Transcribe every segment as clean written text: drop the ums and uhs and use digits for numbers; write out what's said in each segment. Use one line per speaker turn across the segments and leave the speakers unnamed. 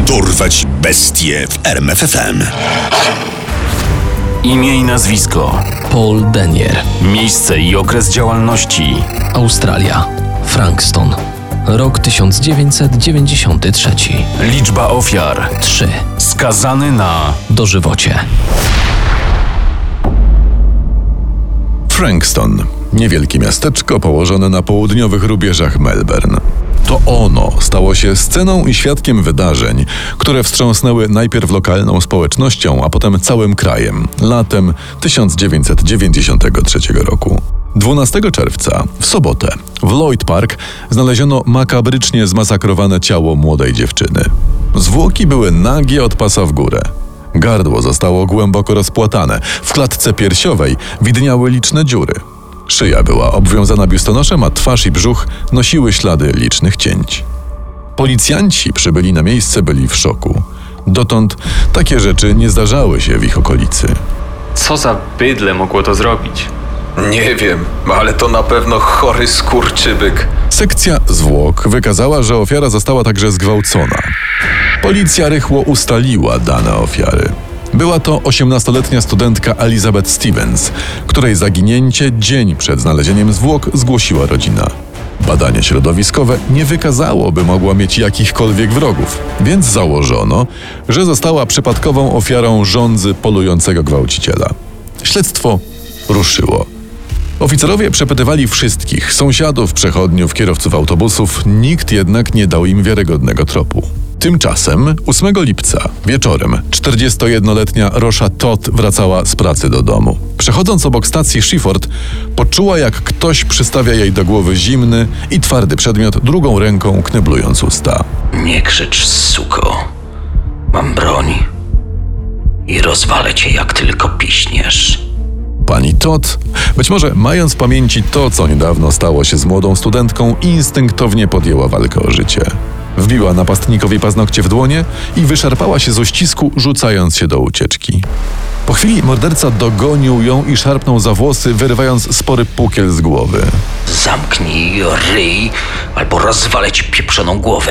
Dorwać bestie w RMF FM.
Imię i nazwisko:
Paul Denyer.
Miejsce i okres działalności:
Australia. Frankston. Rok 1993.
Liczba ofiar:
3.
Skazany na
Dożywocie.
Frankston. Niewielkie miasteczko położone na południowych rubieżach Melbourne. To ono stało się sceną i świadkiem wydarzeń, które wstrząsnęły najpierw lokalną społecznością, a potem całym krajem, latem 1993 roku. 12 czerwca, w sobotę, w Lloyd Park znaleziono makabrycznie zmasakrowane ciało młodej dziewczyny. Zwłoki były nagie od pasa w górę. Gardło zostało głęboko rozpłatane. W klatce piersiowej widniały liczne dziury. Szyja była obwiązana biustonoszem, a twarz i brzuch nosiły ślady licznych cięć. Policjanci przybyli na miejsce byli w szoku. Dotąd takie rzeczy nie zdarzały się w ich okolicy.
Co za bydle mogło to zrobić?
Nie wiem, ale to na pewno chory skurczybyk.
Sekcja zwłok wykazała, że ofiara została także zgwałcona. Policja rychło ustaliła dane ofiary. Była to 18-letnia studentka Elizabeth Stevens, której zaginięcie dzień przed znalezieniem zwłok zgłosiła rodzina. Badanie środowiskowe nie wykazało, by mogła mieć jakichkolwiek wrogów, więc założono, że została przypadkową ofiarą żądzy polującego gwałciciela. Śledztwo ruszyło. Oficerowie przepytywali wszystkich, sąsiadów, przechodniów, kierowców autobusów, nikt jednak nie dał im wiarygodnego tropu. Tymczasem 8 lipca wieczorem 41-letnia Rosha Todd wracała z pracy do domu. Przechodząc obok stacji Shefford, poczuła, jak ktoś przystawia jej do głowy zimny i twardy przedmiot, drugą ręką kneblując usta.
Nie krzycz, suko. Mam broń i rozwalę cię, jak tylko piśniesz.
Pani Todd, być może mając w pamięci to, co niedawno stało się z młodą studentką, instynktownie podjęła walkę o życie. Wbiła napastnikowi paznokcie w dłonie i wyszarpała się z uścisku, rzucając się do ucieczki. Po chwili morderca dogonił ją i szarpnął za włosy, wyrywając spory pukiel z głowy.
Zamknij ryj, albo rozwalę ci pieprzoną głowę.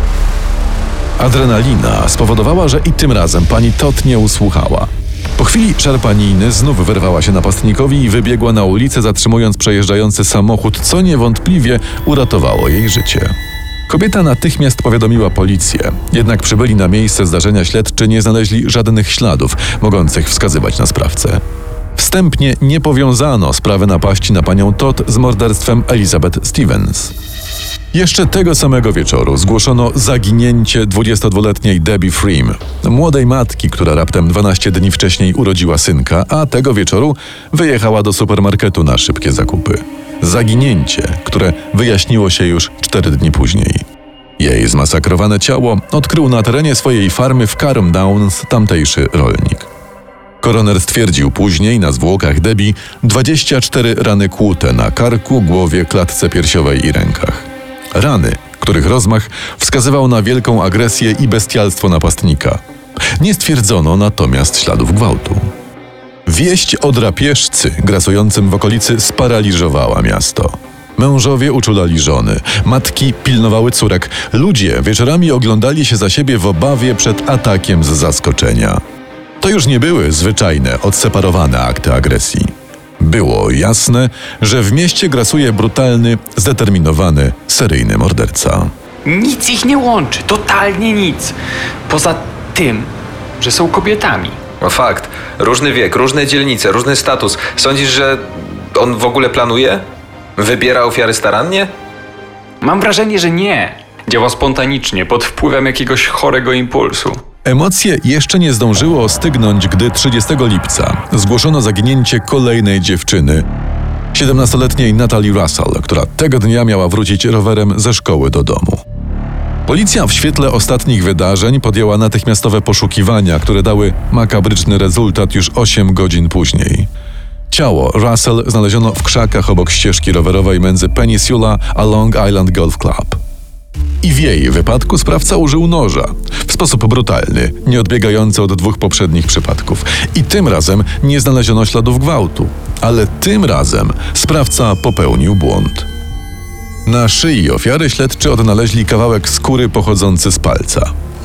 Adrenalina spowodowała, że i tym razem pani Todd nie usłuchała. Po chwili szarpaniny znów wyrwała się napastnikowi i wybiegła na ulicę, zatrzymując przejeżdżający samochód, co niewątpliwie uratowało jej życie. Kobieta natychmiast powiadomiła policję, jednak przybyli na miejsce zdarzenia śledczy nie znaleźli żadnych śladów mogących wskazywać na sprawcę. Wstępnie nie powiązano sprawy napaści na panią Todd z morderstwem Elizabeth Stevens. Jeszcze tego samego wieczoru zgłoszono zaginięcie 22-letniej Debbie Freem, młodej matki, która raptem 12 dni wcześniej urodziła synka, a tego wieczoru wyjechała do supermarketu na szybkie zakupy. Zaginięcie, które wyjaśniło się już 4 dni później. Jej zmasakrowane ciało odkrył na terenie swojej farmy w Carrum Downs tamtejszy rolnik. Koroner stwierdził później na zwłokach Debbie 24 rany kłute na karku, głowie, klatce piersiowej i rękach. Rany, których rozmach wskazywał na wielką agresję i bestialstwo napastnika. Nie stwierdzono natomiast śladów gwałtu. Wieść o drapieżcy grasującym w okolicy sparaliżowała miasto. Mężowie uczulali żony, matki pilnowały córek, ludzie wieczorami oglądali się za siebie w obawie przed atakiem z zaskoczenia. To już nie były zwyczajne, odseparowane akty agresji. Było jasne, że w mieście grasuje brutalny, zdeterminowany, seryjny morderca.
Nic ich nie łączy, totalnie nic. Poza tym, że są kobietami.
No fakt. Różny wiek, różne dzielnice, różny status. Sądzisz, że on w ogóle planuje? Wybiera ofiary starannie?
Mam wrażenie, że nie. Działa spontanicznie, pod wpływem jakiegoś chorego impulsu.
Emocje jeszcze nie zdążyły ostygnąć, gdy 30 lipca zgłoszono zaginięcie kolejnej dziewczyny, 17-letniej Natalie Russell, która tego dnia miała wrócić rowerem ze szkoły do domu. Policja w świetle ostatnich wydarzeń podjęła natychmiastowe poszukiwania, które dały makabryczny rezultat już 8 godzin później. Ciało Russell znaleziono w krzakach obok ścieżki rowerowej między Peninsula a Long Island Golf Club. I w jej wypadku sprawca użył noża, w sposób brutalny, nie odbiegający od 2 poprzednich przypadków. I tym razem nie znaleziono śladów gwałtu, ale tym razem sprawca popełnił błąd. Na szyi ofiary śledczy odnaleźli kawałek skóry pochodzący z palca.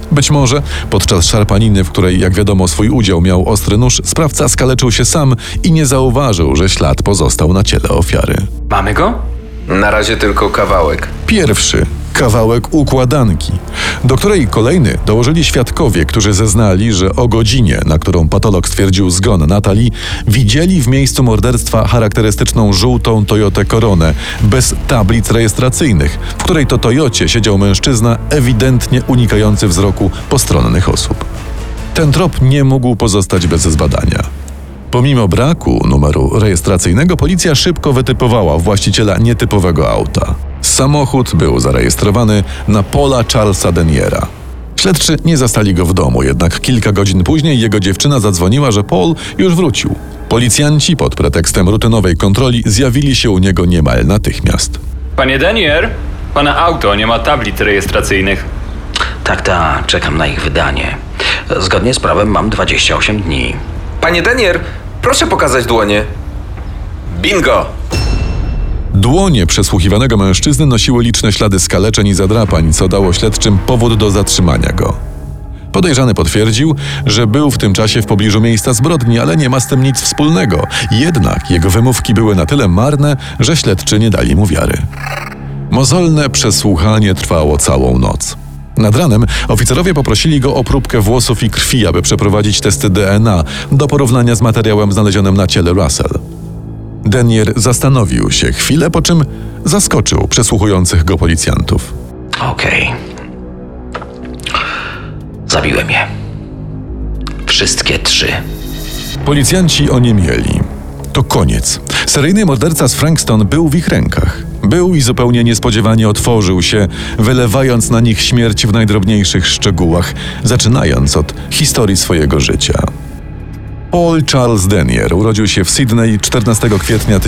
Być może podczas szarpaniny, w której, jak wiadomo, swój udział miał ostry nóż, sprawca skaleczył się sam i nie zauważył, że ślad pozostał na ciele ofiary.
Mamy go?
Na razie tylko kawałek.
Pierwszy kawałek układanki, do której kolejny dołożyli świadkowie, którzy zeznali, że o godzinie, na którą patolog stwierdził zgon Natalii, widzieli w miejscu morderstwa charakterystyczną żółtą Toyotę Coronę bez tablic rejestracyjnych, w której to Toyocie siedział mężczyzna ewidentnie unikający wzroku postronnych osób. Ten trop nie mógł pozostać bez zbadania. Pomimo braku numeru rejestracyjnego, policja szybko wytypowała właściciela nietypowego auta. Samochód był zarejestrowany na Paula Charlesa Deniera. Śledczy nie zastali go w domu, jednak kilka godzin później jego dziewczyna zadzwoniła, że Paul już wrócił. Policjanci pod pretekstem rutynowej kontroli zjawili się u niego niemal natychmiast.
Panie Denier, pana auto nie ma tablic rejestracyjnych.
Tak, czekam na ich wydanie. Zgodnie z prawem mam 28 dni.
Panie Denier, proszę pokazać dłonie. Bingo!
Dłonie przesłuchiwanego mężczyzny nosiły liczne ślady skaleczeń i zadrapań, co dało śledczym powód do zatrzymania go. Podejrzany potwierdził, że był w tym czasie w pobliżu miejsca zbrodni, ale nie ma z tym nic wspólnego. Jednak jego wymówki były na tyle marne, że śledczy nie dali mu wiary. Mozolne przesłuchanie trwało całą noc. Nad ranem oficerowie poprosili go o próbkę włosów i krwi, aby przeprowadzić testy DNA do porównania z materiałem znalezionym na ciele Russell. Denier zastanowił się chwilę, po czym zaskoczył przesłuchujących go policjantów.
Okej. Zabiłem je. Wszystkie 3.
Policjanci oniemieli. To koniec. Seryjny morderca z Frankston był w ich rękach. Był i zupełnie niespodziewanie otworzył się, wylewając na nich śmierć w najdrobniejszych szczegółach, zaczynając od historii swojego życia. Paul Charles Denier urodził się w Sydney 14 kwietnia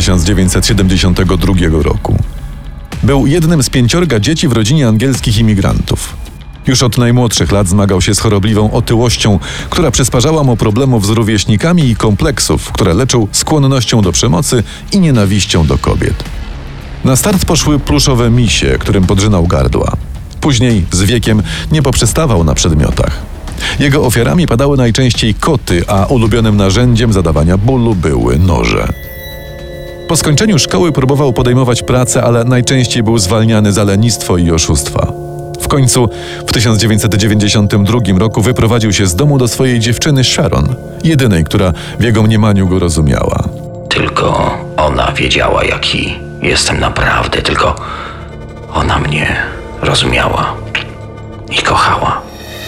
1972 roku. Był jednym z 5 dzieci w rodzinie angielskich imigrantów. Już od najmłodszych lat zmagał się z chorobliwą otyłością, która przysparzała mu problemów z rówieśnikami i kompleksów, które leczył skłonnością do przemocy i nienawiścią do kobiet. Na start poszły pluszowe misie, którym podrzynał gardła. Później, z wiekiem, nie poprzestawał na przedmiotach. Jego ofiarami padały najczęściej koty, a ulubionym narzędziem zadawania bólu były noże. Po skończeniu szkoły próbował podejmować pracę, ale najczęściej był zwalniany za lenistwo i oszustwa. W końcu w 1992 roku wyprowadził się z domu do swojej dziewczyny Sharon, jedynej, która w jego mniemaniu go rozumiała.
Tylko ona wiedziała, jaki jestem naprawdę. Tylko ona mnie rozumiała i kochała.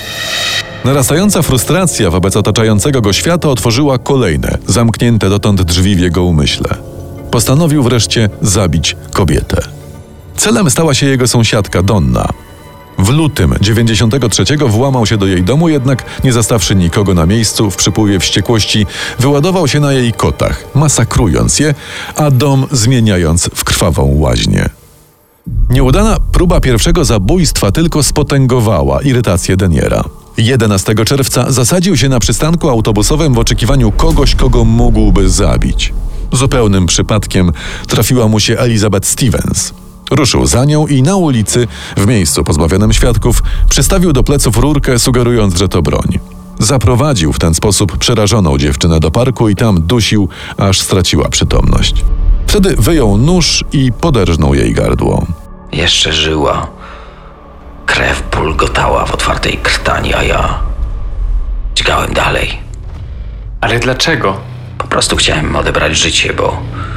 Narastająca frustracja wobec otaczającego go świata otworzyła kolejne, zamknięte dotąd drzwi w jego umyśle. Postanowił wreszcie zabić kobietę. Celem stała się jego sąsiadka Donna. W lutym 93 włamał się do jej domu, jednak nie zastawszy nikogo na miejscu, w przypływie wściekłości wyładował się na jej kotach, masakrując je, a dom zmieniając w krwawą łaźnię. Nieudana próba pierwszego zabójstwa tylko spotęgowała irytację Deniera. 11 czerwca zasadził się na przystanku autobusowym w oczekiwaniu kogoś, kogo mógłby zabić. Zupełnym przypadkiem trafiła mu się Elizabeth Stevens. Ruszył za nią i na ulicy, w miejscu pozbawionym świadków, przystawił do pleców rurkę, sugerując, że to broń. Zaprowadził w ten sposób przerażoną dziewczynę do parku i tam dusił, aż straciła przytomność. Wtedy wyjął nóż i poderżnął jej gardło.
Jeszcze żyła. Krew bulgotała w otwartej krtani, a ja dźgałem dalej.
Ale dlaczego?
Po prostu chciałem odebrać życie, bo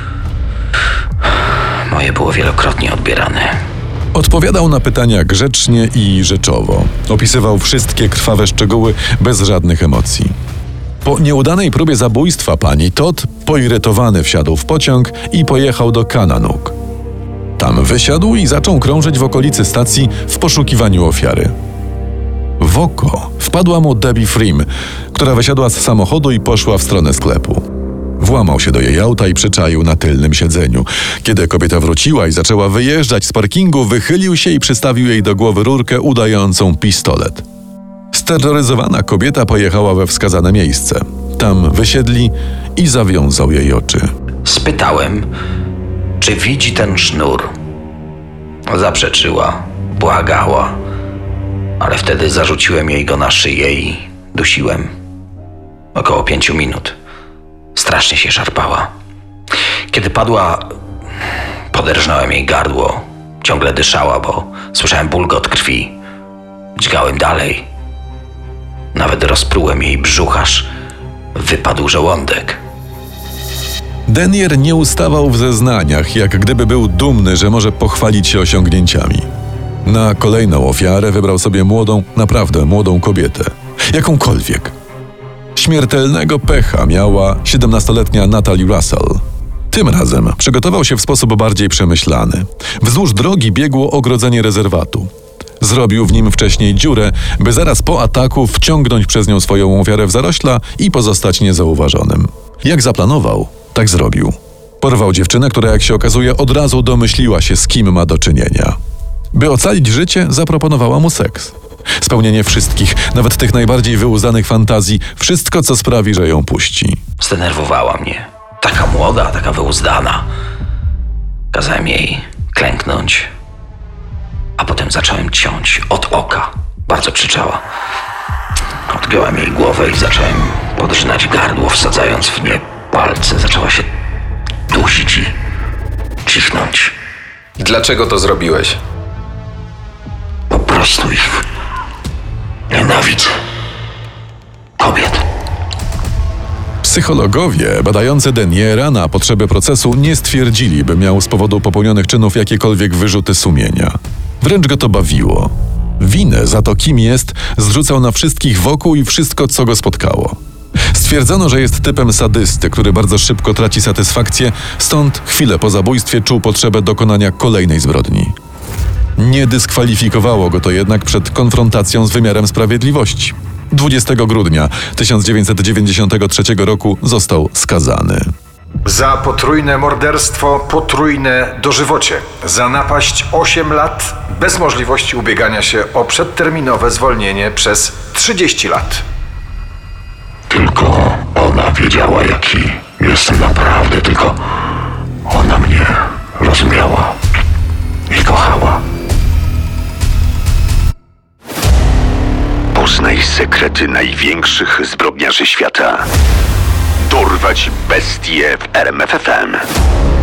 moje było wielokrotnie odbierane.
Odpowiadał na pytania grzecznie i rzeczowo. Opisywał wszystkie krwawe szczegóły bez żadnych emocji. Po nieudanej próbie zabójstwa pani Todd, poirytowany, wsiadł w pociąg i pojechał do Kananuk. Tam wysiadł i zaczął krążyć w okolicy stacji w poszukiwaniu ofiary. W oko wpadła mu Debbie Frim, która wysiadła z samochodu i poszła w stronę sklepu. Włamał się do jej auta i przyczaił na tylnym siedzeniu. Kiedy kobieta wróciła i zaczęła wyjeżdżać z parkingu, wychylił się i przystawił jej do głowy rurkę udającą pistolet. Steroryzowana kobieta pojechała we wskazane miejsce. Tam wysiedli i zawiązał jej oczy.
Spytałem, czy widzi ten sznur. Zaprzeczyła, błagała, ale wtedy zarzuciłem jej go na szyję i dusiłem. Około 5 minut. Strasznie się szarpała. Kiedy padła, poderżnąłem jej gardło. Ciągle dyszała, bo słyszałem bulgot krwi. Dźgałem dalej. Nawet rozprułem jej brzuch, aż wypadł żołądek.
Denier nie ustawał w zeznaniach, jak gdyby był dumny, że może pochwalić się osiągnięciami. Na kolejną ofiarę wybrał sobie młodą, naprawdę młodą kobietę. Jakąkolwiek. Śmiertelnego pecha miała 17-letnia Natalie Russell. Tym razem przygotował się w sposób bardziej przemyślany. Wzdłuż drogi biegło ogrodzenie rezerwatu. Zrobił w nim wcześniej dziurę, by zaraz po ataku wciągnąć przez nią swoją ofiarę w zarośla i pozostać niezauważonym. Jak zaplanował, tak zrobił. Porwał dziewczynę, która, jak się okazuje, od razu domyśliła się, z kim ma do czynienia. By ocalić życie, zaproponowała mu seks. Spełnienie wszystkich, nawet tych najbardziej wyuzanych fantazji, wszystko, co sprawi, że ją puści.
Zdenerwowała mnie. Taka młoda, taka wyuzdana. Kazałem jej klęknąć, a potem zacząłem ciąć od oka. Bardzo krzyczała. Odgiąłem jej głowę i zacząłem podrzynać gardło, wsadzając w nie palce. Zaczęła się dusić i cichnąć.
Dlaczego to zrobiłeś?
Po prostu ich nienawidzę. Kobiet.
Psychologowie badający Deniera na potrzeby procesu nie stwierdzili, by miał z powodu popełnionych czynów jakiekolwiek wyrzuty sumienia. Wręcz go to bawiło. Winę za to, kim jest, zrzucał na wszystkich wokół i wszystko, co go spotkało. Stwierdzono, że jest typem sadysty, który bardzo szybko traci satysfakcję, stąd chwilę po zabójstwie czuł potrzebę dokonania kolejnej zbrodni. Nie dyskwalifikowało go to jednak przed konfrontacją z wymiarem sprawiedliwości. 20 grudnia 1993 roku został skazany.
Za potrójne morderstwo potrójne dożywocie. Za napaść 8 lat bez możliwości ubiegania się o przedterminowe zwolnienie przez 30 lat.
Tylko ona wiedziała, jaki jestem naprawdę. Tylko ona mnie rozumiała i kochała.
Poznaj sekrety największych zbrodniarzy świata. Dorwać bestie w RMF FM.